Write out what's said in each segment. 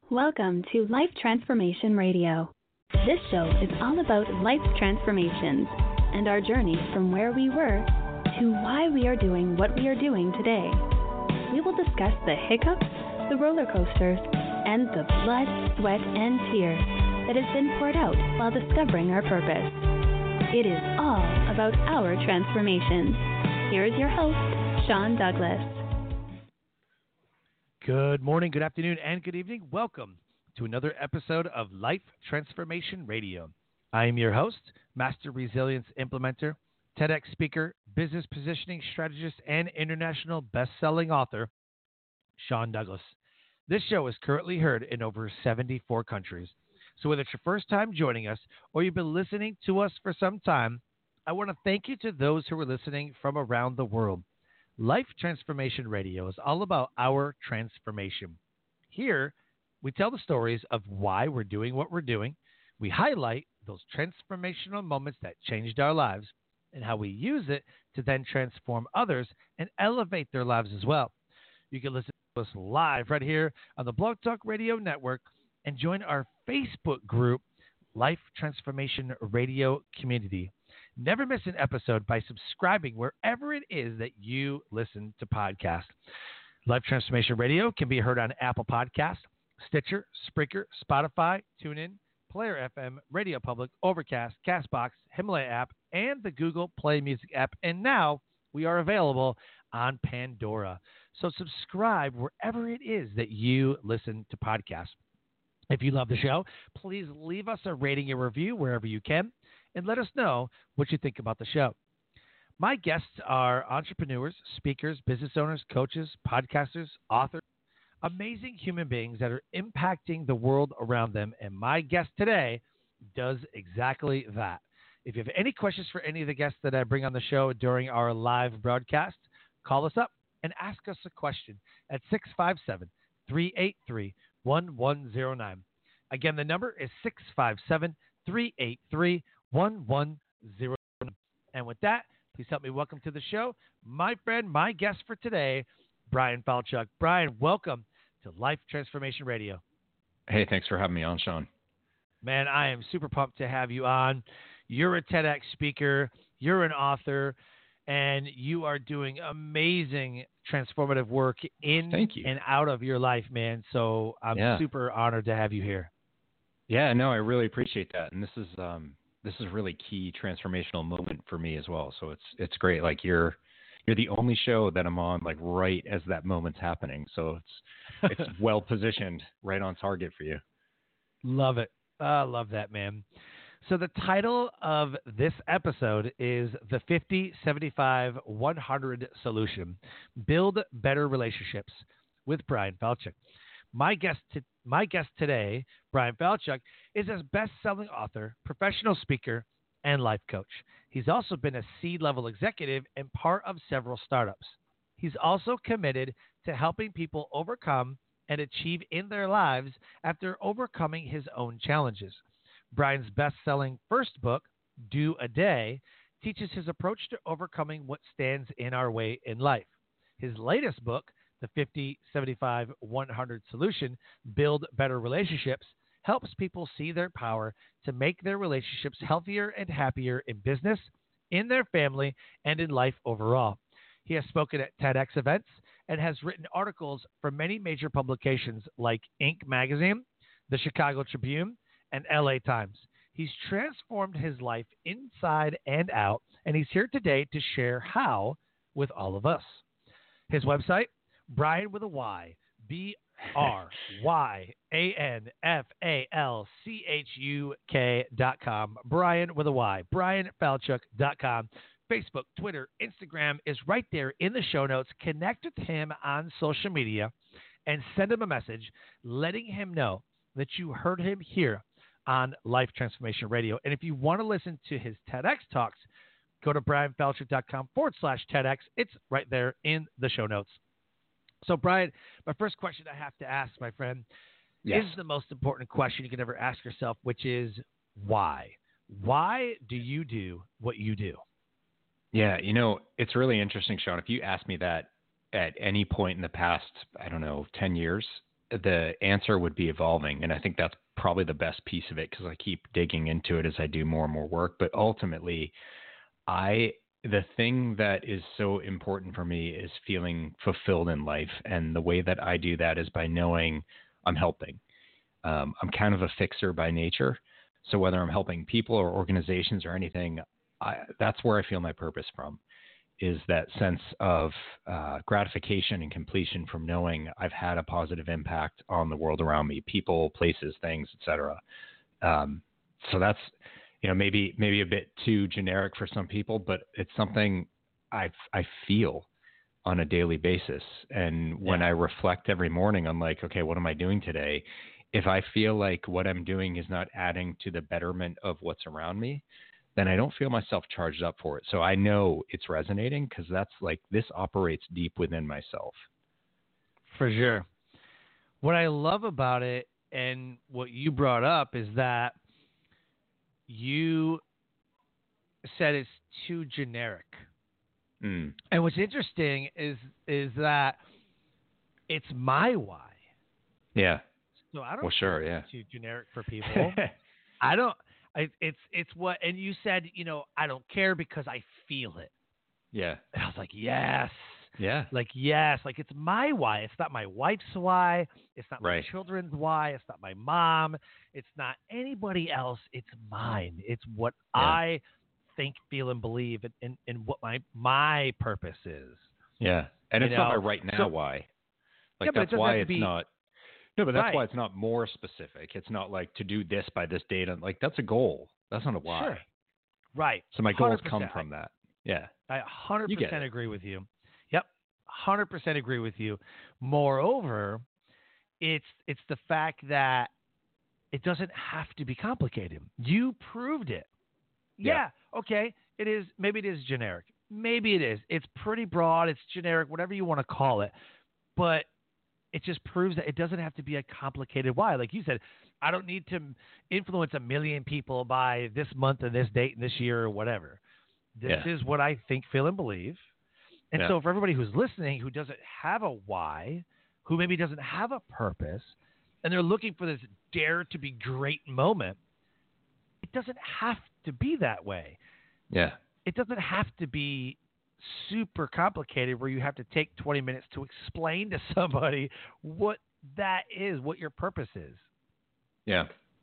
Welcome to Life Transformation Radio. This show is all about life transformations and our journey from where we were to why we are doing what we are doing today. We will discuss the hiccups, the roller coasters, and the blood, sweat, and tears that has been poured out while discovering our purpose. It is all about our transformations. Here is your host, Sean Douglas. Good morning, good afternoon, and good evening. Welcome to another episode of Life Transformation Radio. I am your host, Master Resilience Implementer, TEDx speaker, business positioning strategist, and international best-selling author, Sean Douglas. This show is currently heard in over 74 countries. So whether it's your first time joining us or you've been listening to us for some time, I want to thank you to those who are listening from around the world. Life Transformation Radio is all about our transformation. Here, we tell the stories of why we're doing what we're doing. We highlight those transformational moments that changed our lives and how we use it to then transform others and elevate their lives as well. You can listen to us live right here on the Blog Talk Radio Network and join our Facebook group, Life Transformation Radio Community. Never miss an episode by subscribing wherever it is that you listen to podcasts. Life Transformation Radio can be heard on Apple Podcasts, Stitcher, Spreaker, Spotify, TuneIn, Player FM, Radio Public, Overcast, CastBox, Himalaya app, and the Google Play Music app. And now we are available on Pandora. So subscribe wherever it is that you listen to podcasts. If you love the show, please leave us a rating and review wherever you can, and let us know what you think about the show. My guests are entrepreneurs, speakers, business owners, coaches, podcasters, authors, amazing human beings that are impacting the world around them. And my guest today does exactly that. If you have any questions for any of the guests that I bring on the show during our live broadcast, call us up and ask us a question at 657-383-1109. Again, the number is 657-383-1109. And with that, please help me welcome to the show my friend, my guest for today, Brian Falchuk. Brian, welcome to Life Transformation Radio. Hey, thanks for having me on, Sean. Man, I am super pumped to have you on. You're a TEDx speaker, you're an author, and you are doing amazing transformative work in and out of your life, man. So I'm super honored to have you here. Yeah, no, I really appreciate that. And this is a really key transformational moment for me as well. So it's great. Like you're the only show that I'm on like right as that moment's happening. So it's well positioned, right on target for you. Love it. I love that, man. So the title of this episode is the 50-75-100 Solution: Build Better Relationships with Brian Falchuk. My guest today, Brian Falchuk, is a best-selling author, professional speaker, and life coach. He's also been a C-level executive and part of several startups. He's also committed to helping people overcome and achieve in their lives after overcoming his own challenges. Brian's best-selling first book, Do a Day, teaches his approach to overcoming what stands in our way in life. His latest book, the 50-75-100 Solution, Build Better Relationships, helps people see their power to make their relationships healthier and happier in business, in their family, and in life overall. He has spoken at TEDx events and has written articles for many major publications like Inc. magazine, the Chicago Tribune, and LA Times. He's transformed his life inside and out, and he's here today to share how with all of us. His website, Brian with a Y, BryanFalchuk.com, Brian with a Y, BryanFalchuk.com. Facebook, Twitter, Instagram is right there in the show notes. Connect with him on social media and send him a message letting him know that you heard him here on Life Transformation Radio. And if you want to listen to his TEDx talks, go to BryanFalchuk.com/TEDx. It's right there in the show notes. So, Brian, my first question I have to ask, my friend, is the most important question you can ever ask yourself, which is why? Why do you do what you do? Yeah, it's really interesting, Sean. If you asked me that at any point in the past, 10 years, the answer would be evolving. And I think that's probably the best piece of it because I keep digging into it as I do more and more work. But ultimately, the thing that is so important for me is feeling fulfilled in life. And the way that I do that is by knowing I'm helping. I'm kind of a fixer by nature. So whether I'm helping people or organizations or anything, that's where I feel my purpose from, is that sense of gratification and completion from knowing I've had a positive impact on the world around me, people, places, things, etc. So that's, maybe a bit too generic for some people, but it's something I feel on a daily basis. And when I reflect every morning on like, okay, what am I doing today? If I feel like what I'm doing is not adding to the betterment of what's around me, then I don't feel myself charged up for it. So I know it's resonating because that's like, this operates deep within myself. For sure. What I love about it and what you brought up is that you said it's too generic. And what's interesting is that it's my why. Yeah. So I don't well, sure, yeah. It's too generic for people. I don't. It's what, and you said, I don't care because I feel it. Yeah. And I was like, yes. Yeah. Yes. Like, it's my why. It's not my wife's why. It's not my children's why. It's not my mom. It's not anybody else. It's mine. It's what I think, feel, and believe, and what my purpose is. Yeah. And it's not my right now why. Like, that's why it's not. No, but that's why it's not more specific. It's not like to do this by this date. Like, that's a goal. That's not a why. Sure. Right. So my goals come from that. Yeah. I 100% agree with you. Yep. 100% agree with you. Moreover, it's the fact that it doesn't have to be complicated. You proved it. Yeah. Okay. It is. Maybe it is generic. Maybe it is. It's pretty broad. It's generic, whatever you want to call it. But it just proves that it doesn't have to be a complicated why. Like you said, I don't need to influence 1 million people by this month and this date and this year or whatever. This is what I think, feel, and believe. And so for everybody who's listening who doesn't have a why, who maybe doesn't have a purpose, and they're looking for this dare to be great moment, it doesn't have to be that way. Yeah. It doesn't have to be super complicated where you have to take 20 minutes to explain to somebody what that is, what your purpose is. Yeah.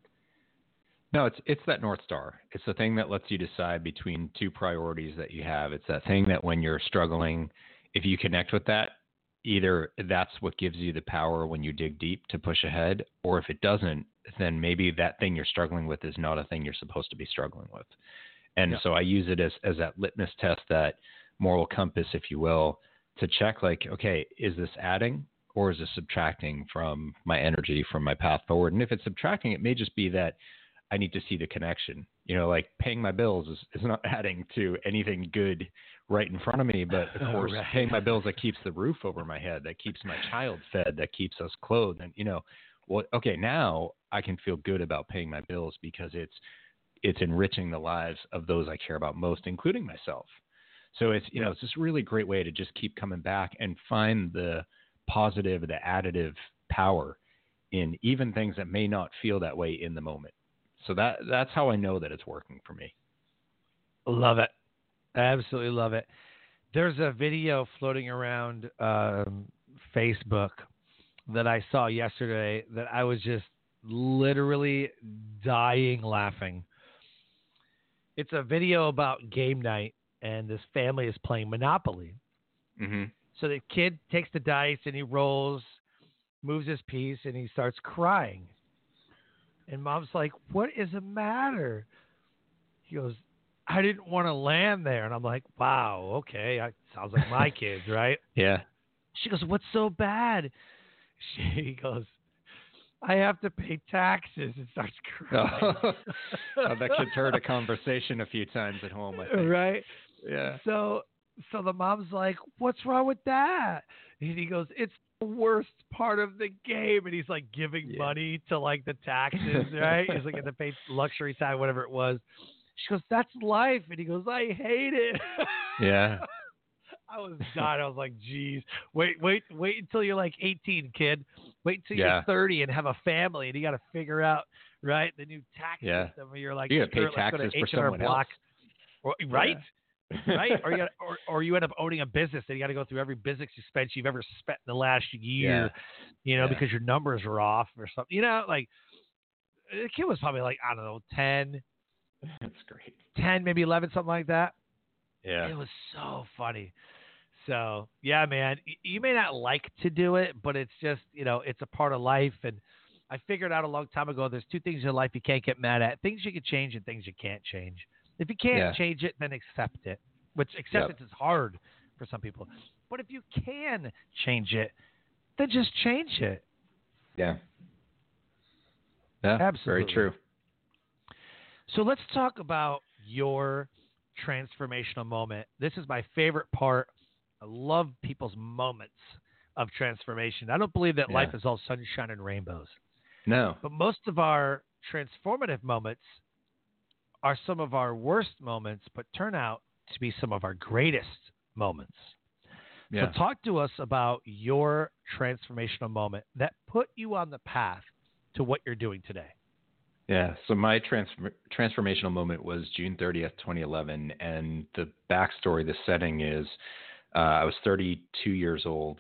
No, it's that North Star. It's the thing that lets you decide between two priorities that you have. It's that thing that when you're struggling, if you connect with that, either that's what gives you the power when you dig deep to push ahead, or if it doesn't, then maybe that thing you're struggling with is not a thing you're supposed to be struggling with. And so I use it as that litmus test, that moral compass, if you will, to check like, okay, is this adding or is this subtracting from my energy, from my path forward? And if it's subtracting, it may just be that I need to see the connection. Like paying my bills is not adding to anything good right in front of me. But of course, paying my bills, that keeps the roof over my head, that keeps my child fed, that keeps us clothed. And, okay, now I can feel good about paying my bills because it's enriching the lives of those I care about most, including myself. So it's, it's this really great way to just keep coming back and find the positive, the additive power in even things that may not feel that way in the moment. So that's how I know that it's working for me. Love it. Absolutely love it. There's a video floating around Facebook that I saw yesterday that I was just literally dying laughing. It's a video about game night, and this family is playing Monopoly. Mm-hmm. So the kid takes the dice and he rolls, moves his piece, and he starts crying. And mom's like, "What is the matter?" He goes, "I didn't want to land there." And I'm like, wow, okay. Sounds like my kids, right? Yeah. She goes, "What's so bad?" He goes, "I have to pay taxes," and starts crying. That kid's heard a conversation a few times at home, I think. Right? Yeah. So the mom's like, "What's wrong with that?" And he goes, "It's the worst part of the game." And he's like giving money to like the taxes, right? He's like in the pay luxury time, whatever it was. She goes, "That's life." And he goes, "I hate it." Yeah. I was done. I was like, geez, wait until you're like 18, kid. Wait until you're 30 and have a family, and you got to figure out, right, the new tax system. Where you're like, you got to pay taxes for someone else. Right? Right? Or you end up owning a business, and you got to go through every business expense you've ever spent in the last year, because your numbers are off or something. Like the kid was probably like, I don't know, 10. That's great. 10, maybe 11, something like that. Yeah. It was so funny. So, yeah, man, you may not like to do it, but it's just, it's a part of life. And I figured out a long time ago, there's two things in life you can't get mad at: things you can change and things you can't change. If you can't change it, then accept it, which acceptance is hard for some people. But if you can change it, then just change it. Yeah. Yeah, absolutely. Very true. So let's talk about your transformational moment. This is my favorite part. I love people's moments of transformation. I don't believe that life is all sunshine and rainbows. No. But most of our transformative moments are some of our worst moments, but turn out to be some of our greatest moments. Yeah. So talk to us about your transformational moment that put you on the path to what you're doing today. Yeah. So my transformational moment was June 30th, 2011. And the backstory, the setting is I was 32 years old.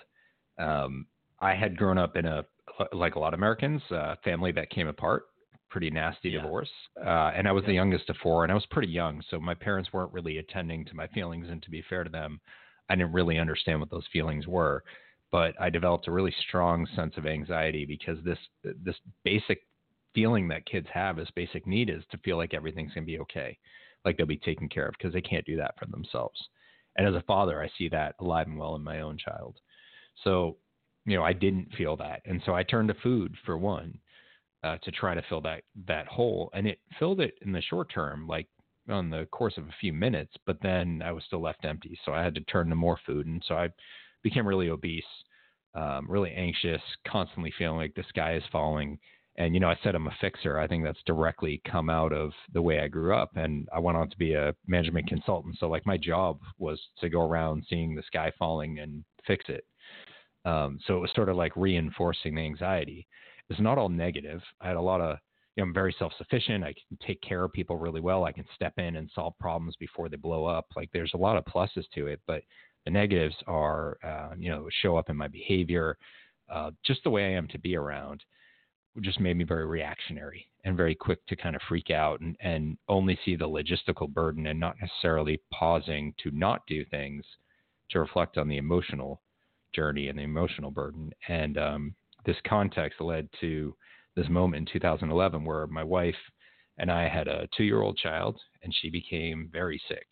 I had grown up in like a lot of Americans, family that came apart, pretty nasty divorce. And I was the youngest of four, and I was pretty young. So my parents weren't really attending to my feelings. And to be fair to them, I didn't really understand what those feelings were. But I developed a really strong sense of anxiety because this basic feeling that kids have, this basic need, is to feel like everything's going to be okay, like they'll be taken care of, because they can't do that for themselves. And as a father, I see that alive and well in my own child. So, I didn't feel that. And so I turned to food for one, to try to fill that hole. And it filled it in the short term, like on the course of a few minutes, but then I was still left empty. So I had to turn to more food. And so I became really obese, really anxious, constantly feeling like the sky is falling. And, I said I'm a fixer. I think that's directly come out of the way I grew up. And I went on to be a management consultant. So like my job was to go around seeing the sky falling and fix it. So it was sort of like reinforcing the anxiety. It's not all negative. I had a lot of, I'm very self-sufficient. I can take care of people really well. I can step in and solve problems before they blow up. Like there's a lot of pluses to it, but the negatives are, show up in my behavior, just the way I am to be around. Just made me very reactionary and very quick to kind of freak out and only see the logistical burden and not necessarily pausing to not do things to reflect on the emotional journey and the emotional burden. And this context led to this moment in 2011 where my wife and I had a 2-year-old child, and she became very sick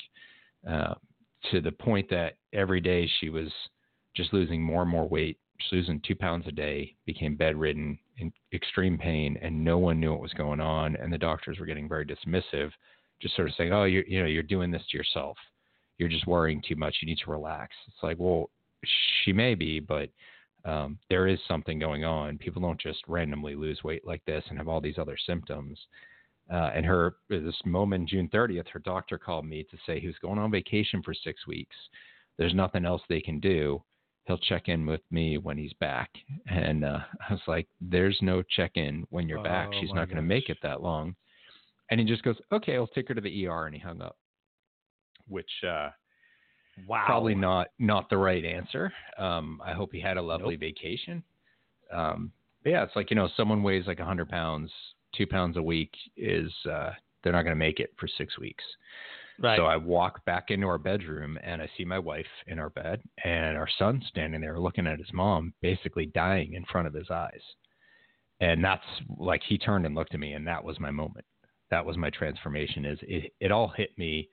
to the point that every day she was just losing more and more weight. She was losing 2 pounds a day, became bedridden, in extreme pain, and no one knew what was going on. And the doctors were getting very dismissive, just sort of saying, "Oh, you're doing this to yourself. You're just worrying too much. You need to relax." It's like, well, she may be, but there is something going on. People don't just randomly lose weight like this and have all these other symptoms. And this moment, June 30th, her doctor called me to say he was going on vacation for 6 weeks. There's nothing else they can do. He'll check in with me when he's back. And I was like, there's no check-in when you're back. She's not going to make it that long. And he just goes, okay, I'll take her to the ER. And he hung up, which probably not the right answer. I hope he had a lovely vacation. But yeah, it's like, someone weighs like 100 pounds, 2 pounds a week is they're not going to make it for 6 weeks. Right. So I walk back into our bedroom and I see my wife in our bed and our son standing there looking at his mom, basically dying in front of his eyes. And that's like, he turned and looked at me, and that was my moment. That was my transformation. It all hit me,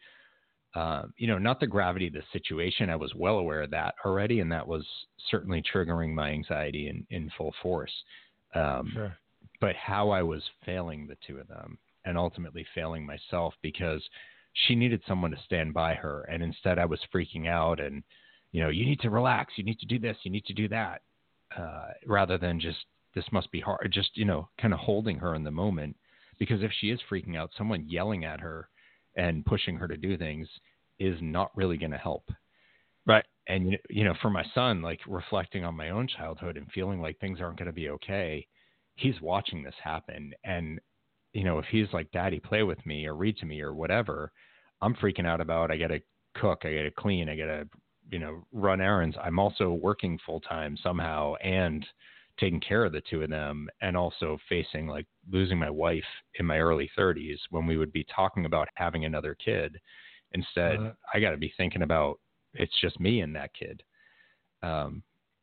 not the gravity of the situation. I was well aware of that already. And that was certainly triggering my anxiety in full force. Sure. But how I was failing the two of them and ultimately failing myself, because she needed someone to stand by her. And instead I was freaking out and, you need to relax. You need to do this. You need to do that. Rather than just, this must be hard. Just, kind of holding her in the moment, because if she is freaking out, someone yelling at her and pushing her to do things is not really going to help. Right. And, for my son, like reflecting on my own childhood and feeling like things aren't going to be okay, he's watching this happen. And, if he's like, Daddy, play with me or read to me or whatever, I'm freaking out about, I got to cook, I got to clean, I got to, run errands. I'm also working full time somehow and taking care of the two of them, and also facing like losing my wife in my early 30s when we would be talking about having another kid. Instead, I got to be thinking about it's just me and that kid. I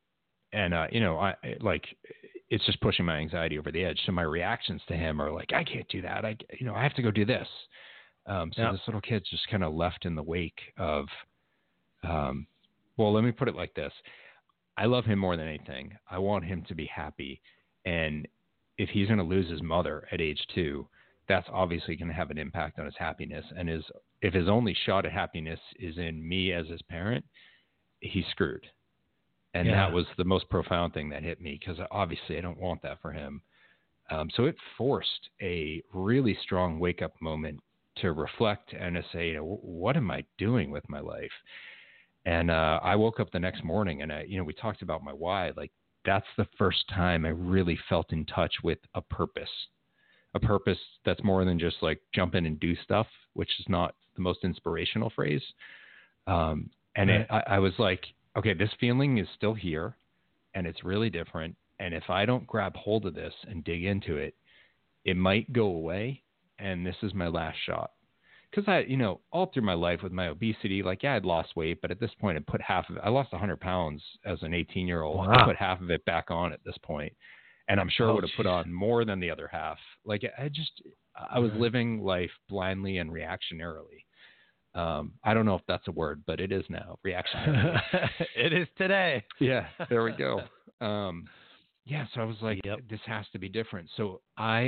like, it's just pushing my anxiety over the edge. So my reactions to him are like, I can't do that. I have to go do this. This little kid's just kind of left in the wake of, well, let me put it like this. I love him more than anything. I want him to be happy. And if he's going to lose his mother at age 2, that's obviously going to have an impact on his happiness. And if his only shot at happiness is in me as his parent, he's screwed. And that was the most profound thing that hit me, because obviously I don't want that for him. So it forced a really strong wake-up moment to reflect and to say, what am I doing with my life? And I woke up the next morning and, we talked about my why. Like, that's the first time I really felt in touch with a purpose that's more than just like jump in and do stuff, which is not the most inspirational phrase. I was like, okay, this feeling is still here and it's really different. And if I don't grab hold of this and dig into it, it might go away. And this is my last shot. Because all through my life with my obesity, like, I'd lost weight, but at this point I lost 100 pounds as an 18-year-old. Wow. I put half of it back on at this point. And I'm sure I would have put on more than the other half. Like, I was living life blindly and reactionarily. I don't know if that's a word, but it is now, reactionary. It is today. Yeah, there we go. So I was like, this has to be different. So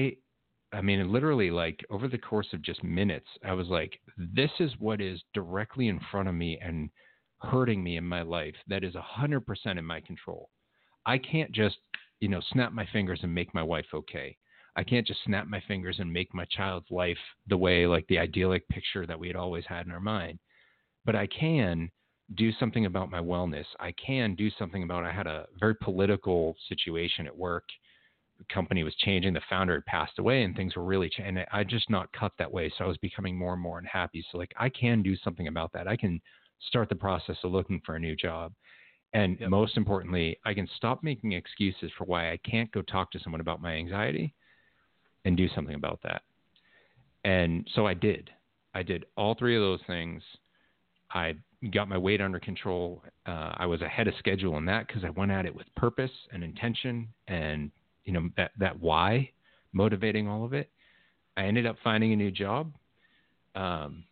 I mean, literally, like, over the course of just minutes, I was like, this is what is directly in front of me and hurting me in my life that is 100% in my control. I can't just, snap my fingers and make my wife okay. I can't just snap my fingers and make my child's life the way, like, the idyllic picture that we had always had in our mind. But I can do something about my wellness. I can do something about, I had a very political situation at work. The company was changing. The founder had passed away and things were really changing. And I just not cut that way. So I was becoming more and more unhappy. So, like, I can do something about that. I can start the process of looking for a new job. And most importantly, I can stop making excuses for why I can't go talk to someone about my anxiety and do something about that. And so I did all three of those things. I got my weight under control. I was ahead of schedule in that because I went at it with purpose and intention and, that why motivating all of it. I ended up finding a new job. And,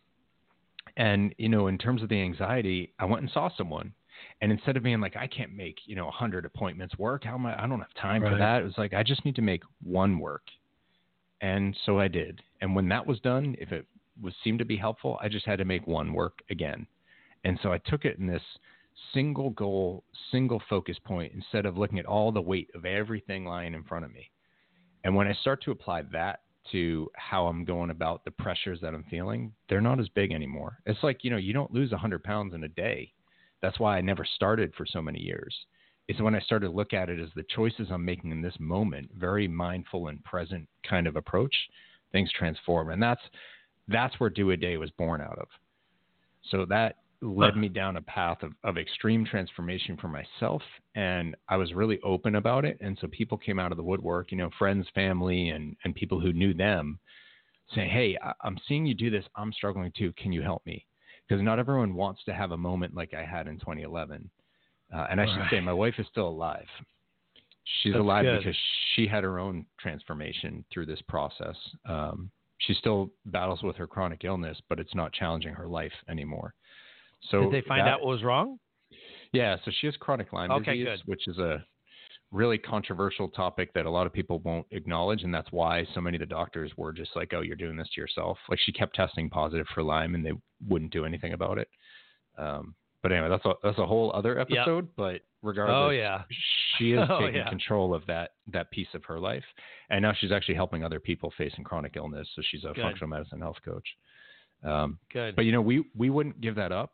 in terms of the anxiety, I went and saw someone. And instead of being like, I can't make, 100 appointments work. I don't have time for that. It was like, I just need to make one work. And so I did. And when that was done, if it seemed to be helpful, I just had to make one work again. And so I took it in this single goal, single focus point, instead of looking at all the weight of everything lying in front of me. And when I start to apply that to how I'm going about the pressures that I'm feeling, they're not as big anymore. It's like, you don't lose 100 pounds in a day. That's why I never started for so many years. It's when I started to look at it as the choices I'm making in this moment, very mindful and present kind of approach, things transform. And that's where Do a Day was born out of. So that led me down a path of extreme transformation for myself. And I was really open about it. And so people came out of the woodwork, friends, family, and people who knew them saying, hey, I'm seeing you do this. I'm struggling too. Can you help me? Because not everyone wants to have a moment like I had in 2011. And I should say my wife is still alive. She's alive because she had her own transformation through this process. She still battles with her chronic illness, but it's not challenging her life anymore. So did they find out what was wrong? Yeah. So she has chronic Lyme disease, which is a really controversial topic that a lot of people won't acknowledge. And that's why so many of the doctors were just like, oh, you're doing this to yourself. Like, she kept testing positive for Lyme and they wouldn't do anything about it. But anyway, that's a whole other episode, but regardless, she is taking control of that piece of her life. And now she's actually helping other people facing chronic illness. So she's a functional medicine health coach. But we wouldn't give that up.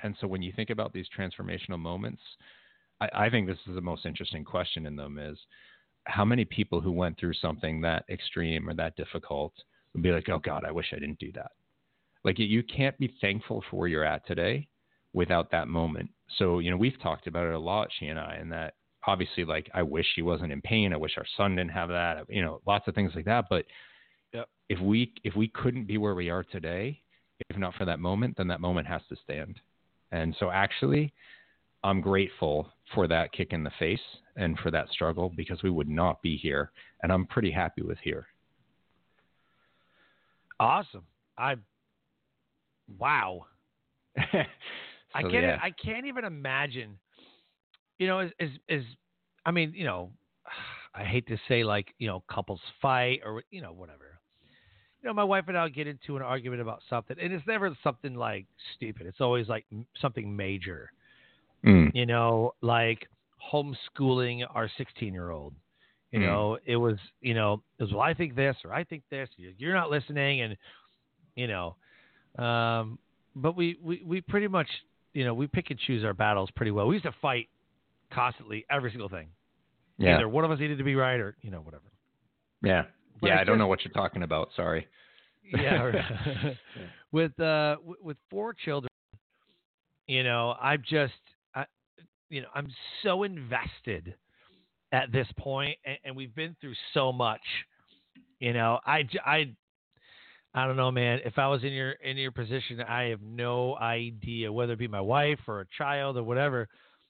And so when you think about these transformational moments, I think this is the most interesting question in them is how many people who went through something that extreme or that difficult would be like, oh God, I wish I didn't do that. Like you can't be thankful for where you're at today without that moment. So, we've talked about it a lot, she and I, and that obviously like, I wish she wasn't in pain. I wish our son didn't have that, lots of things like that. But yep. if we couldn't be where we are today, if not for that moment, then that moment has to stand. And so actually, I'm grateful for that kick in the face and for that struggle because we would not be here. And I'm pretty happy with here. Awesome. Wow. I can't even imagine, I hate to say like, couples fight or, whatever. My wife and I'll get into an argument about something, and it's never something like stupid. It's always like something major, like homeschooling our 16-year-old. It was, well, I think this or I think this. You're not listening, and but we pretty much, we pick and choose our battles pretty well. We used to fight constantly, every single thing. Yeah. Either one of us needed to be right or whatever. Yeah. But I don't know what you're talking about. Sorry. Yeah. With 4 children, I'm so invested at this point, and we've been through so much. I don't know, man. If I was in your position, I have no idea whether it be my wife or a child or whatever.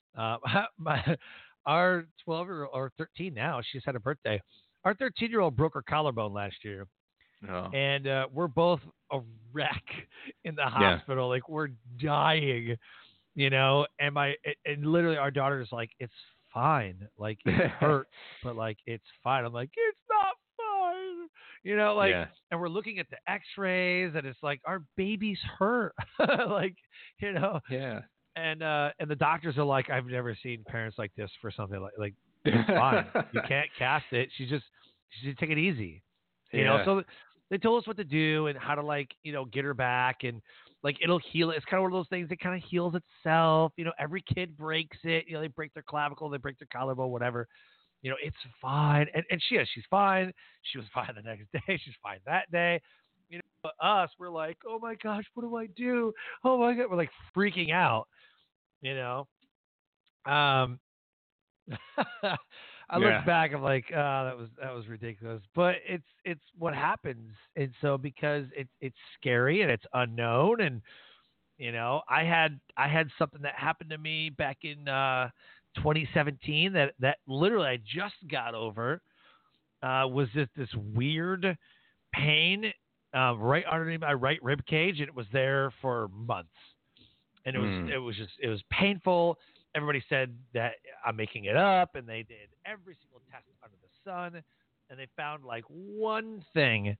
Our 12-year-old or 13 now, she's had a birthday. Our 13-year-old broke her collarbone last year. Oh. And we're both a wreck in the hospital. Like we're dying, and literally our daughter's like, it's fine. Like it hurts, but like, it's fine. I'm like, it's not fine. And we're looking at the x-rays and it's like, our baby's hurt. Yeah. And the doctors are like, I've never seen parents like this for something like it's fine. You can't cast it. She should take it easy. So they told us what to do and how to get her back and like it'll heal. It's kind of one of those things that kind of heals itself. Every kid breaks it. They break their clavicle, they break their collarbone, whatever. It's fine. And she's fine. She was fine the next day. She's fine that day. But us, we're like, oh my gosh, what do I do? Oh my God. We're like freaking out, I look back, I'm like, oh, that was ridiculous. But it's what happens. And so because it's scary and it's unknown and I had something that happened to me back in 2017 that literally I just got over. Was this weird pain right underneath my right rib cage, and it was there for months. And it was painful. Everybody said that I'm making it up, and they did every single test under the sun, and they found one thing.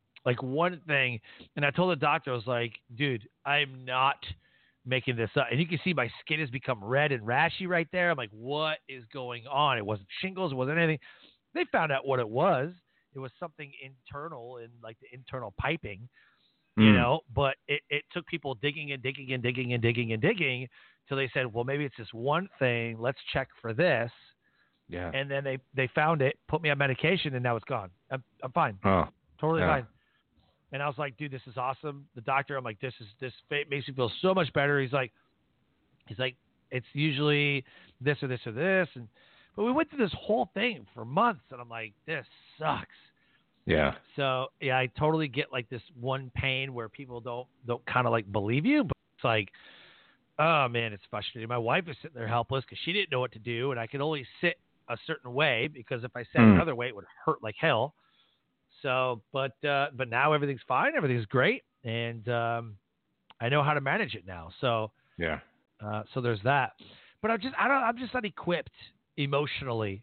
And I told the doctor, I was like, dude, I'm not making this up. And you can see my skin has become red and rashy right there. I'm like, what is going on? It wasn't shingles. It wasn't anything. They found out what it was. It was something internal in the internal piping, but it took people digging and digging and digging and digging and digging till they said, well, maybe it's this one thing. Let's check for this. Yeah. And then they found it, put me on medication, and now it's gone. I'm fine. Oh, totally fine. And I was like, dude, this is awesome. The doctor, I'm like, this makes me feel so much better. He's like, it's usually this or this or this. But we went through this whole thing for months, and I'm like, this sucks. Yeah. So yeah, I totally get this one pain where people don't kind of believe you, but it's like, oh man, it's frustrating. My wife is sitting there helpless because she didn't know what to do, and I could only sit a certain way because if I sat another way, it would hurt like hell. So, but now everything's fine, everything's great, and I know how to manage it now. So yeah. So there's that. But I'm just not equipped emotionally,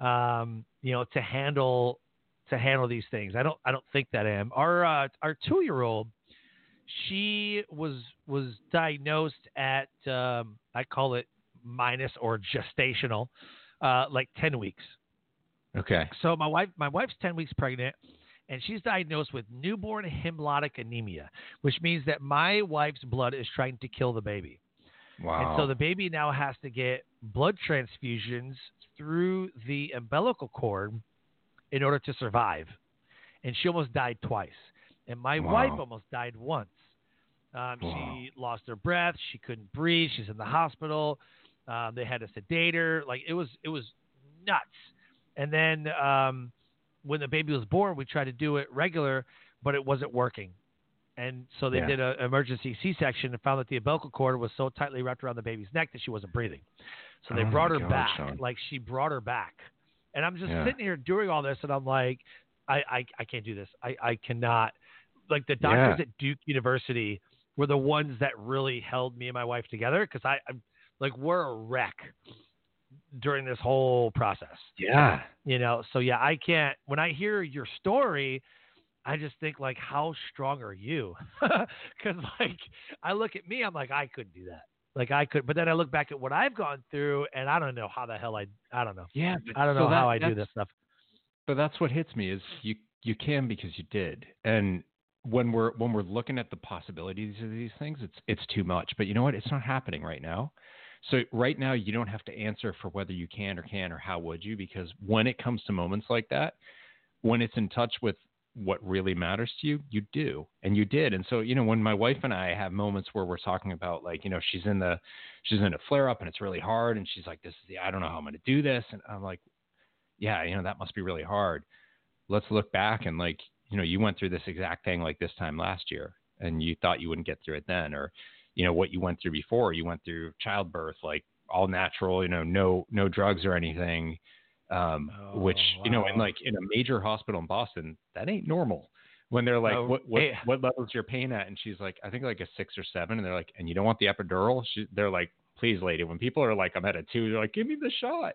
to handle these things. I don't think that I am. Our 2-year-old, she was diagnosed at I call it minus or gestational, 10 weeks. Okay. So my wife's 10 weeks pregnant, and she's diagnosed with newborn hemolytic anemia, which means that my wife's blood is trying to kill the baby. And so Wow. the baby now has to get blood transfusions through the umbilical cord in order to survive. And she almost died twice. And my wife Wow. almost died once. Wow. She lost her breath. She couldn't breathe. She's in the hospital. They had to sedate her. Like it was nuts. And then when the baby was born, we tried to do it regular, but it wasn't working. And so they Yeah. did an emergency C-section and found that the umbilical cord was so tightly wrapped around the baby's neck that she wasn't breathing. So they Oh brought my her God, back. Sean. Like she brought her back. And I'm just Yeah. sitting here doing all this, and I'm like, I can't do this. I cannot. Like the doctors at Duke University were the ones that really held me and my wife together because I'm like we're a wreck during this whole process. Yeah. So yeah, I can't. When I hear your story, I just think like, how strong are you? Because like I look at me, I'm like, I couldn't do that. Like I could, but then I look back at what I've gone through, and I don't know how the hell I don't know. Yeah. I don't know how I do this stuff. But that's what hits me is you can because you did. And when we're looking at the possibilities of these things, it's too much. But you know what? It's not happening right now. So right now you don't have to answer for whether you can or how would you, because when it comes to moments like that, when it's in touch with what really matters to you, you do. And you did. And so, when my wife and I have moments where we're talking about like, she's in a flare up and it's really hard. And she's like, I don't know how I'm going to do this. And I'm like, yeah, that must be really hard. Let's look back and like, you went through this exact thing like this time last year and you thought you wouldn't get through it then, or, what you went through before. You went through childbirth, like all natural, no drugs or anything, which, wow. and like in a major hospital in Boston, that ain't normal. When they're like, what level is your pain at? And she's like, I think like a 6 or 7. And they're like, and you don't want the epidural? They're like, please, lady. When people are like, I'm at a 2, they're like, give me the shot.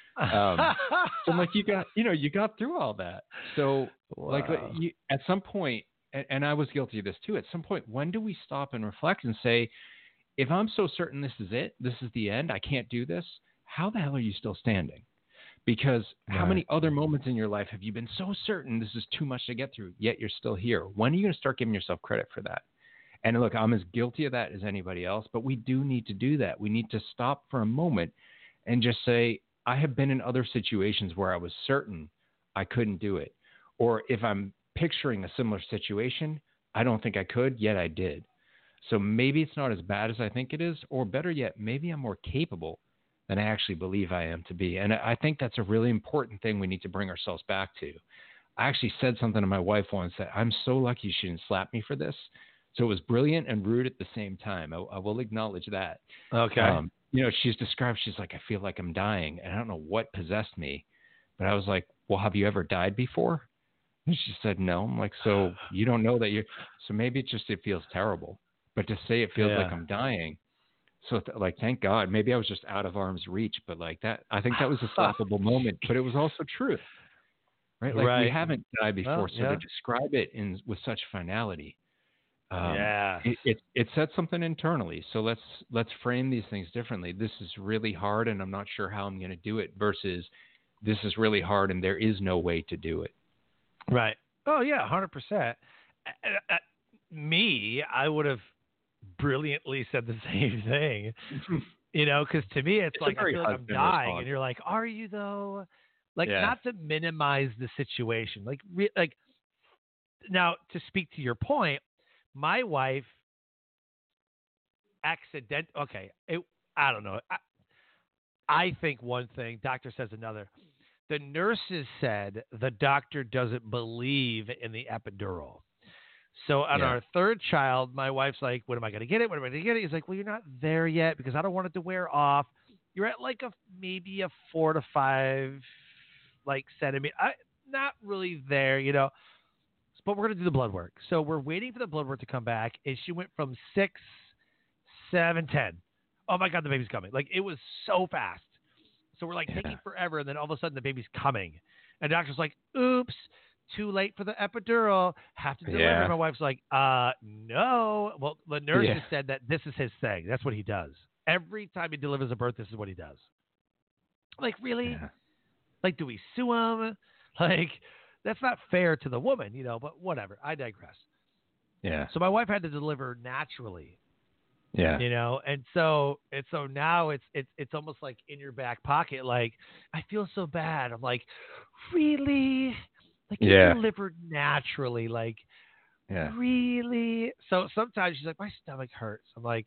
So I'm like, you got through all that. So like at some point, and I was guilty of this too. At some point, when do we stop and reflect and say, if I'm so certain this is it, this is the end, I can't do this, how the hell are you still standing? Because how many other moments in your life have you been so certain this is too much to get through, yet you're still here? When are you going to start giving yourself credit for that? And look, I'm as guilty of that as anybody else, but we do need to do that. We need to stop for a moment and just say, I have been in other situations where I was certain I couldn't do it. Or if I'm picturing a similar situation, I don't think I could, yet I did. So maybe it's not as bad as I think it is, or better yet, maybe I'm more capable than I actually believe I am to be. And I think that's a really important thing we need to bring ourselves back to. I actually said something to my wife once that I'm so lucky she didn't slap me for this. So it was brilliant and rude at the same time. I will acknowledge that. Okay. She's described, she's like, I feel like I'm dying. And I don't know what possessed me. But I was like, well, have you ever died before? And she said, no. I'm like, so you don't know that so maybe it's just, it feels terrible. But to say it feels like I'm dying. So like, thank God, maybe I was just out of arm's reach. But like that, I think that was a slappable moment. But it was also truth. Right? Like we haven't died before. So to describe it with such finality. It said something internally. So let's frame these things differently. This is really hard and I'm not sure how I'm going to do it versus this is really hard and there is no way to do it. Right. Oh yeah. 100%. I would have brilliantly said the same thing, cause to me, it's like, I feel like I'm dying response. And you're like, are you though? Like not to minimize the situation. Like now to speak to your point, my wife I don't know. I think one thing, doctor says another. The nurses said the doctor doesn't believe in the epidural. So on our third child, my wife's like, when am I going to get it? When am I going to get it? He's like, well, you're not there yet because I don't want it to wear off. You're at like maybe a 4 to 5 centimeter. Not really there, but we're going to do the blood work. So we're waiting for the blood work to come back. And she went from 6, 7, 10. Oh my God, the baby's coming. Like it was so fast. So we're like taking forever. And then all of a sudden the baby's coming. And the doctor's like, oops, too late for the epidural. Have to deliver. Yeah. My wife's like, no. Well, the nurse has said that this is his thing. That's what he does. Every time he delivers a birth, this is what he does. Like, really? Yeah. Like, do we sue him? Like, that's not fair to the woman, but whatever. I digress. Yeah. So my wife had to deliver naturally. Yeah. And so now it's almost like in your back pocket. Like, I feel so bad. I'm like, really? Like, you Yeah. delivered naturally. Like, Yeah. really? So sometimes she's like, my stomach hurts. I'm like,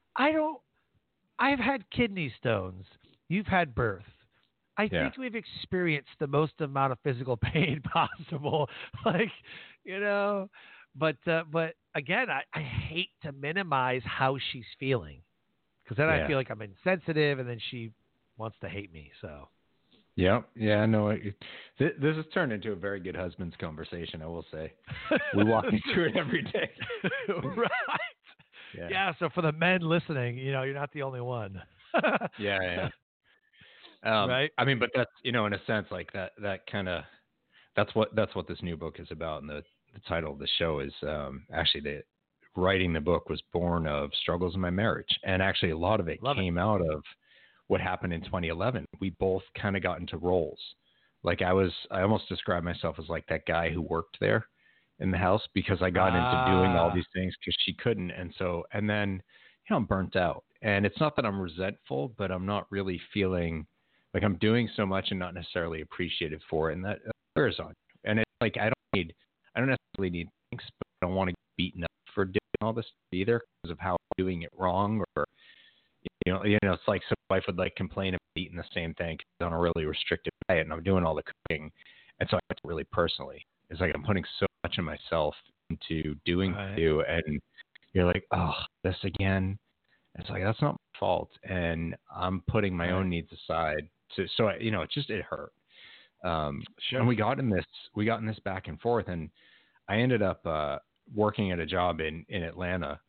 I've had kidney stones. You've had birth. I Yeah. think we've experienced the most amount of physical pain possible. Like, you know, but again, I hate to minimize how she's feeling, because then I Yeah. feel like I'm insensitive, and then she wants to hate me. So, Yeah. Yeah. No, this has turned into a very good husband's conversation, I will say. We walk into it every day. right. Yeah. So for the men listening, you're not the only one. Yeah. Yeah. Right. I mean, but that's, in a sense, like that kind of, that's what this new book is about. And the title of the show is, actually writing the book was born of struggles in my marriage. And actually a lot of it came out of what happened in 2011. We both kind of got into roles. Like I almost described myself as like that guy who worked there in the house, because I got into doing all these things because she couldn't. And then, I'm burnt out. And it's not that I'm resentful, but I'm not really feeling like I'm doing so much and not necessarily appreciated for it. And that wears on you. And it's like, I don't necessarily need thanks, but I don't want to get beaten up for doing all this either because of how I'm doing it wrong. Or, it's like some wife would like complain about eating the same thing on a really restricted diet, and I'm doing all the cooking. And so I take it really personally. It's like I'm putting so much of myself into doing you, and you're like, oh, this again. It's like, that's not my fault, and I'm putting my own needs aside. So it hurt. Sure. And we got in this back and forth, and I ended up working at a job in Atlanta,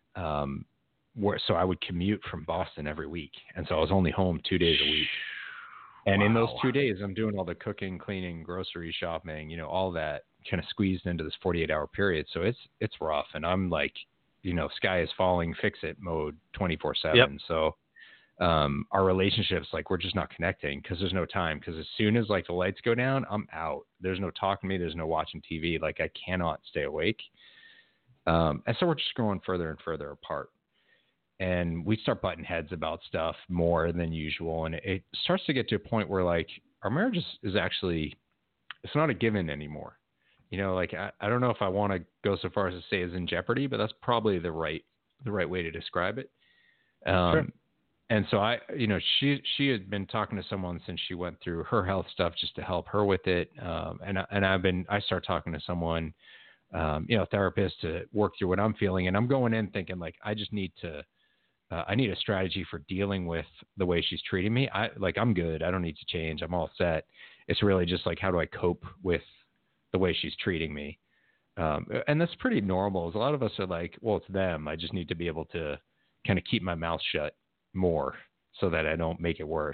so I would commute from Boston every week, and so I was only home 2 days a week. And in those 2 days, I'm doing all the cooking, cleaning, grocery shopping, all that kind of squeezed into this 48-hour period. So it's rough, and I'm like, sky is falling, fix it mode 24/7. Yep. So our relationships, like, we're just not connecting because there's no time. Because as soon as like the lights go down, I'm out. There's no talking to me. There's no watching TV. Like, I cannot stay awake. And so we're just growing further and further apart. And we start butting heads about stuff more than usual. And it starts to get to a point where like our marriage is actually, it's not a given anymore. Like I don't know if I want to go so far as to say is in jeopardy, but that's probably the right way to describe it. Sure. And so she had been talking to someone since she went through her health stuff just to help her with it. And I start talking to someone, therapist, to work through what I'm feeling. And I'm going in thinking like, I just need to, I need a strategy for dealing with the way she's treating me. I'm good. I don't need to change. I'm all set. It's really just like, how do I cope with the way she's treating me? And that's pretty normal. A lot of us are like, well, it's them. I just need to be able to kind of keep my mouth shut more so that I don't make it worse.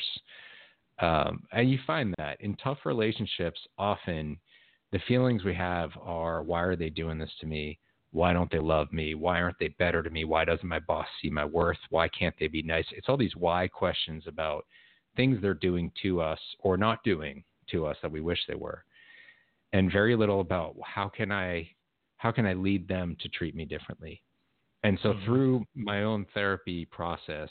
And you find that in tough relationships, often the feelings we have are, why are they doing this to me? Why don't they love me? Why aren't they better to me? Why doesn't my boss see my worth? Why can't they be nice? It's all these why questions about things they're doing to us or not doing to us that we wish they were. And very little about how can I lead them to treat me differently. And so through my own therapy process,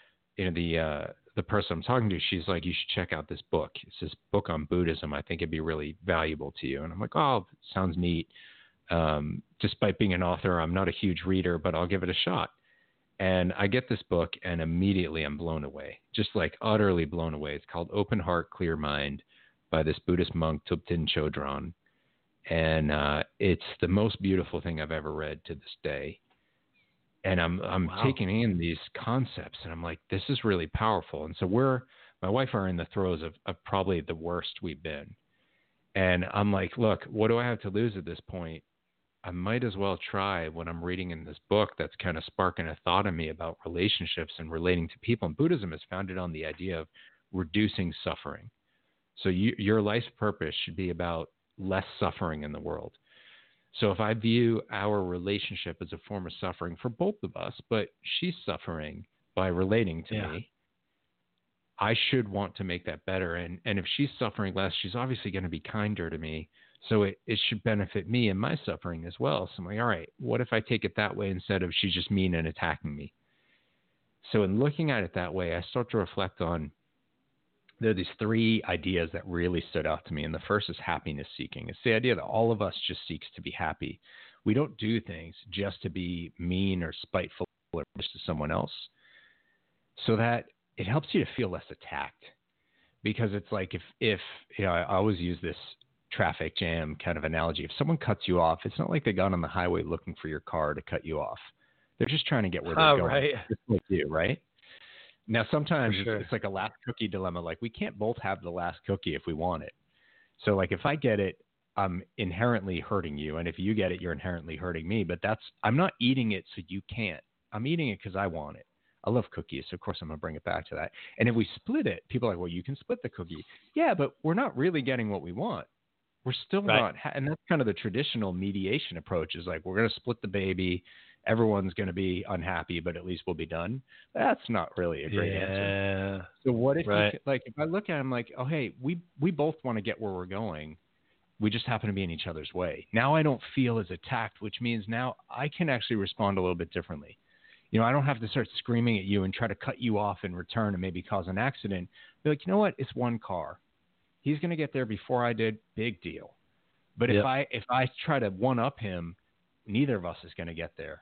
the person I'm talking to, she's like, you should check out this book. It's this book on Buddhism. I think it'd be really valuable to you. And I'm like, oh, sounds neat. Despite being an author, I'm not a huge reader, but I'll give it a shot. And I get this book, and immediately I'm blown away, just like utterly blown away. It's called Open Heart, Clear Mind by this Buddhist monk, Thubten Chodron. And it's the most beautiful thing I've ever read to this day. And I'm taking in these concepts, and I'm like, this is really powerful. And so my wife are in the throes of probably the worst we've been. And I'm like, look, what do I have to lose at this point? I might as well try what I'm reading in this book that's kind of sparking a thought in me about relationships and relating to people. And Buddhism is founded on the idea of reducing suffering. So your life's purpose should be about less suffering in the world. So if I view our relationship as a form of suffering for both of us, but she's suffering by relating to me, I should want to make that better. And if she's suffering less, she's obviously going to be kinder to me. So it should benefit me in my suffering as well. So I'm like, all right, what if I take it that way instead of she's just mean and attacking me? So in looking at it that way, I start to reflect on, there are these three ideas that really stood out to me. And the first is happiness seeking. It's the idea that all of us just seeks to be happy. We don't do things just to be mean or spiteful or to someone else, so that it helps you to feel less attacked. Because it's like, if I always use this traffic jam kind of analogy. If someone cuts you off, it's not like they got on the highway looking for your car to cut you off. They're just trying to get where they're going. Right. Just like you, right? Now, sometimes sure. it's like a last cookie dilemma. Like, we can't both have the last cookie if we want it. So, like, if I get it, I'm inherently hurting you. And if you get it, you're inherently hurting me. But I'm not eating it so you can't. I'm eating it because I want it. I love cookies, so of course I'm going to bring it back to that. And if we split it, people are like, well, you can split the cookie. Yeah, but we're not really getting what we want. We're still not. And that's kind of the traditional mediation approach, is like, we're going to split the baby. Everyone's going to be unhappy, but at least we'll be done. That's not really a great answer. So what if, if I look at him like, oh, hey, we both want to get where we're going. We just happen to be in each other's way. Now I don't feel as attacked, which means now I can actually respond a little bit differently. I don't have to start screaming at you and try to cut you off in return and maybe cause an accident. Be like, you know what? It's one car. He's going to get there before I did. Big deal. But if I try to one up him, neither of us is going to get there,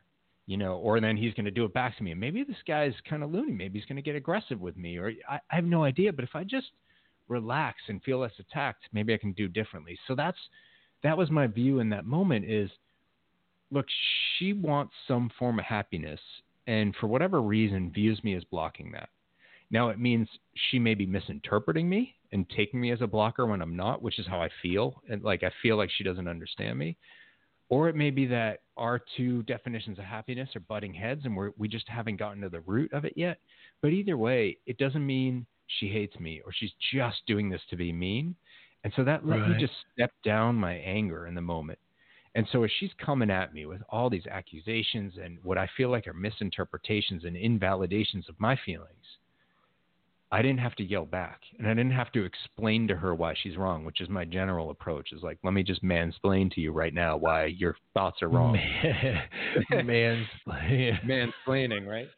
or then he's going to do it back to me. And maybe this guy's kind of loony. Maybe he's going to get aggressive with me, or I have no idea. But if I just relax and feel less attacked, maybe I can do differently. So that was my view in that moment is, look, she wants some form of happiness, and for whatever reason views me as blocking that. Now, it means she may be misinterpreting me and taking me as a blocker when I'm not, which is how I feel. And like, I feel like she doesn't understand me. Or it may be that our two definitions of happiness are butting heads and we just haven't gotten to the root of it yet. But either way, it doesn't mean she hates me or she's just doing this to be mean. And so that let me just step down my anger in the moment. And so as she's coming at me with all these accusations and what I feel like are misinterpretations and invalidations of my feelings, I didn't have to yell back, and I didn't have to explain to her why she's wrong, which is my general approach, is like, let me just mansplain to you right now why your thoughts are wrong. Mansplaining, right?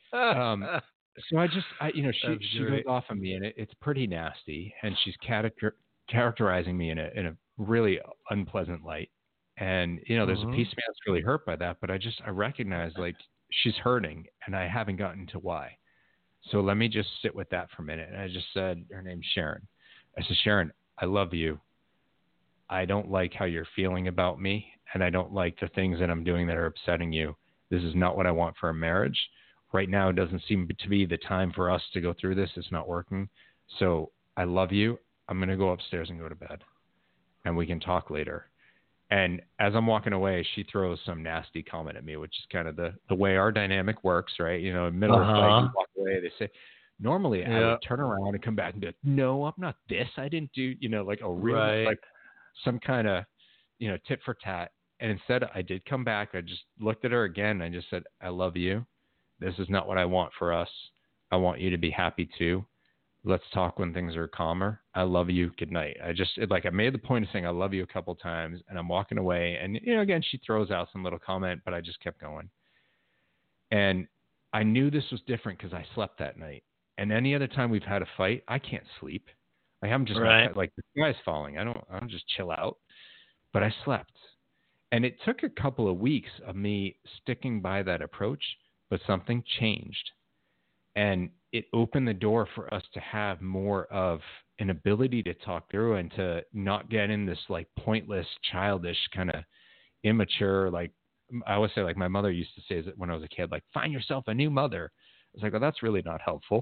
So she goes off on me, and it's pretty nasty, and she's characterizing me in a really unpleasant light. And, there's a piece of me that's really hurt by that, but I recognize, like, she's hurting, and I haven't gotten to why. So let me just sit with that for a minute. And I just said, her name's Sharon. I said, Sharon, I love you. I don't like how you're feeling about me, and I don't like the things that I'm doing that are upsetting you. This is not what I want for a marriage. Right now, it doesn't seem to be the time for us to go through this. It's not working. So I love you. I'm going to go upstairs and go to bed, and we can talk later. And as I'm walking away, she throws some nasty comment at me, which is kind of the way our dynamic works, right? In the middle of the fight, you walk away. They say, normally I would turn around and come back and be like, no, I'm not this. I didn't do, like a real, like some kind of, tit for tat. And instead I did come back. I just looked at her again. And I just said, I love you. This is not what I want for us. I want you to be happy too. Let's talk when things are calmer. I love you. Good night. I made the point of saying I love you a couple times, and I'm walking away. And, again, she throws out some little comment, but I just kept going. And I knew this was different because I slept that night. And any other time we've had a fight, I can't sleep. I'm just like, the sky's falling. I don't just chill out. But I slept. And it took a couple of weeks of me sticking by that approach, but something changed. And it opened the door for us to have more of an ability to talk through and to not get in this like pointless, childish kind of immature, like I always say, like my mother used to say when I was a kid, like, find yourself a new mother. I was like, well, that's really not helpful.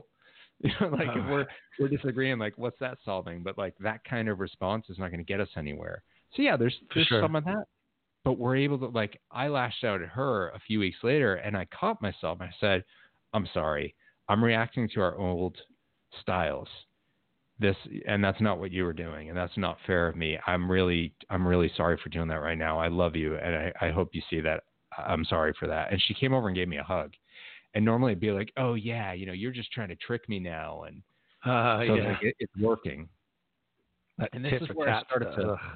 If we're disagreeing, like, what's that solving? But like that kind of response is not going to get us anywhere. So yeah, there's some of that, but we're able to, like, I lashed out at her a few weeks later and I caught myself. I said, I'm sorry. I'm reacting to our old styles. And that's not what you were doing, and that's not fair of me. I'm really sorry for doing that right now. I love you, and I hope you see that. I'm sorry for that. And she came over and gave me a hug. And normally it'd be like, oh yeah, you're just trying to trick me now, and it's working. And this is where I started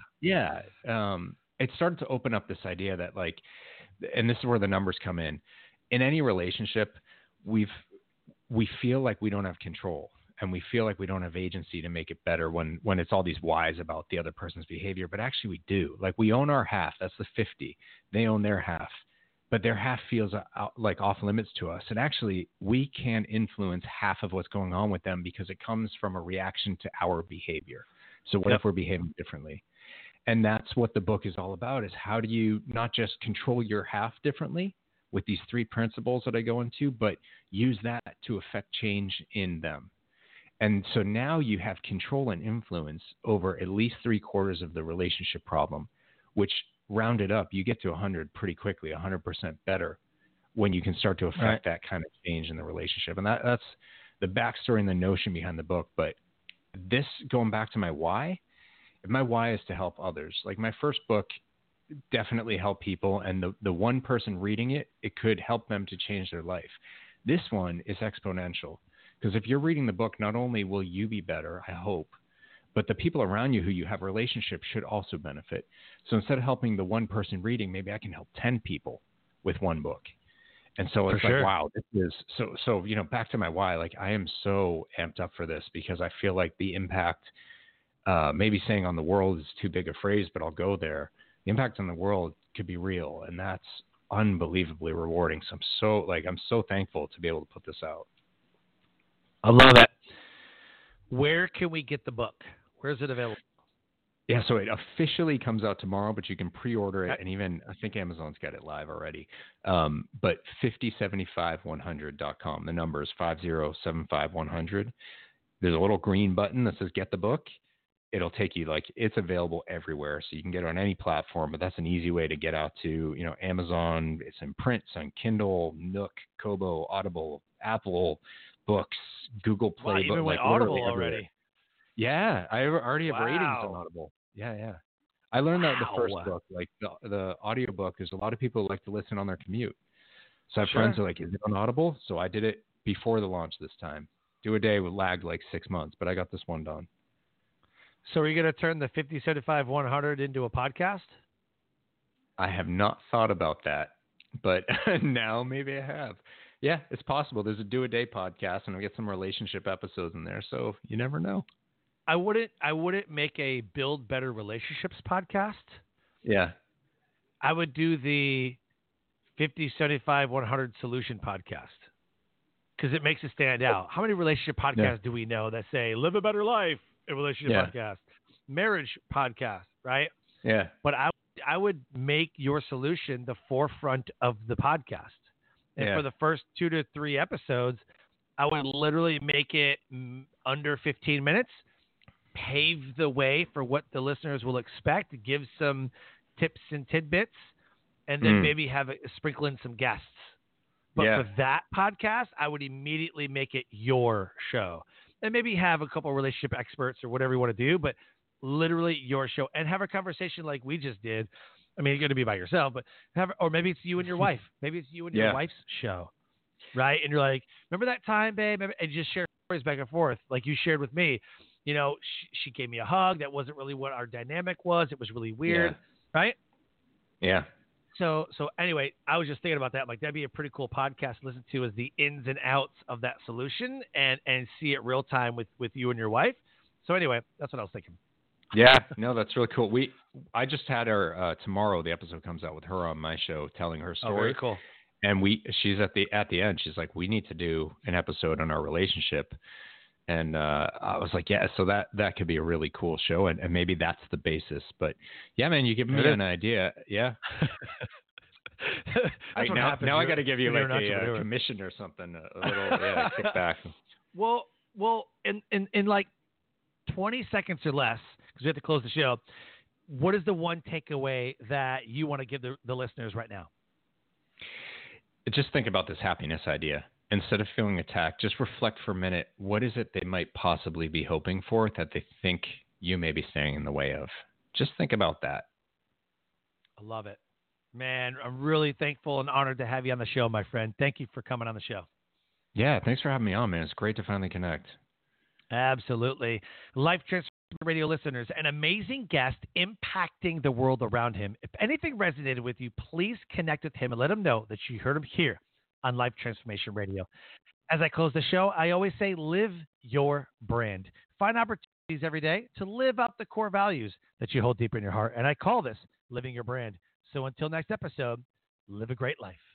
it started to open up this idea that, like, and this is where the numbers come in. In any relationship, we feel like we don't have control, and we feel like we don't have agency to make it better when it's all these whys about the other person's behavior. But actually we do. Like, we own our half. That's the 50. They own their half. But their half feels like off limits to us. And actually, we can influence half of what's going on with them because it comes from a reaction to our behavior. So what if we're behaving differently? And that's what the book is all about, is how do you not just control your half differently with these 3 principles that I go into, but use that to affect change in them. And so now you have control and influence over at least 3/4 of the relationship problem, which, rounded up, you get to 100 pretty quickly, 100% better when you can start to affect that kind of change in the relationship. And that's the backstory and the notion behind the book. But this, going back to my why, if my why is to help others, like my first book definitely helped people, and the one person reading it, it could help them to change their life. This one is exponential, because if you're reading the book, not only will you be better, I hope, but the people around you who you have relationships should also benefit. So instead of helping the one person reading, maybe I can help 10 people with one book. And so it's like, wow, this is so, back to my why, like, I am so amped up for this because I feel like the impact, maybe saying on the world is too big a phrase, but I'll go there. The impact on the world could be real, and that's unbelievably rewarding. So I'm so thankful to be able to put this out. I love it. Where can we get the book? Where is it available? Yeah, so it officially comes out tomorrow, but you can pre-order it, and even I think Amazon's got it live already. But 5075100.com. The number is 5075100. There's a little green button that says "Get the Book." It'll take you, like, it's available everywhere, so you can get it on any platform. But that's an easy way to get out to, Amazon. It's in print, it's on Kindle, Nook, Kobo, Audible, Apple Books, Google Play. Wow, even with Audible already. Yeah, I already have ratings on Audible. Yeah. I learned that the first book, like the audiobook, is a lot of people like to listen on their commute. So I have friends who are like, is it on Audible? So I did it before the launch this time. Do a day with lagged like 6 months, but I got this one done. So are you going to turn the 5075100 into a podcast? I have not thought about that, but now maybe I have. Yeah, it's possible. There's a Do a Day podcast, and I'll get some relationship episodes in there, so you never know. I wouldn't make a Build Better Relationships podcast. Yeah. I would do the 5075100 Solution podcast, because it makes it stand out. How many relationship podcasts do we know that say "Live a Better Life"? A relationship podcast, marriage podcast, right? Yeah. But I would make your solution the forefront of the podcast. And for the first 2 to 3 episodes, I would literally make it under 15 minutes, pave the way for what the listeners will expect, give some tips and tidbits, and then maybe have sprinkle in some guests. But for that podcast, I would immediately make it your show. And maybe have a couple of relationship experts or whatever you want to do, but literally your show, and have a conversation like we just did. I mean, you're going to be by yourself, but or maybe it's you and your wife. Maybe it's you and your wife's show, right? And you're like, remember that time, babe? And you just share stories back and forth, like you shared with me. She gave me a hug. That wasn't really what our dynamic was. It was really weird, right? Yeah. So anyway, I was just thinking about that. Like, that'd be a pretty cool podcast to listen to, is the ins and outs of that solution and see it real time with you and your wife. So anyway, that's what I was thinking. Yeah, no, that's really cool. I just had her tomorrow. The episode comes out with her on my show, telling her story. Oh, very cool. And she's at the end. She's like, we need to do an episode on our relationship. And I was like, yeah, so that could be a really cool show, and maybe that's the basis. But yeah, man, you give me an idea. Yeah. Now I got to give you like a commission or something, a little kickback. Well, in like 20 seconds or less, because we have to close the show, what is the one takeaway that you want to give the listeners right now? Just think about this happiness idea. Instead of feeling attacked, just reflect for a minute. What is it they might possibly be hoping for that they think you may be standing in the way of? Just think about that. I love it. Man, I'm really thankful and honored to have you on the show, my friend. Thank you for coming on the show. Yeah, thanks for having me on, man. It's great to finally connect. Absolutely. Life Transformation Radio listeners, an amazing guest impacting the world around him. If anything resonated with you, please connect with him and let him know that you heard him here on Life Transformation Radio. As I close the show, I always say live your brand. Find opportunities every day to live up the core values that you hold deep in your heart. And I call this living your brand. So until next episode, live a great life.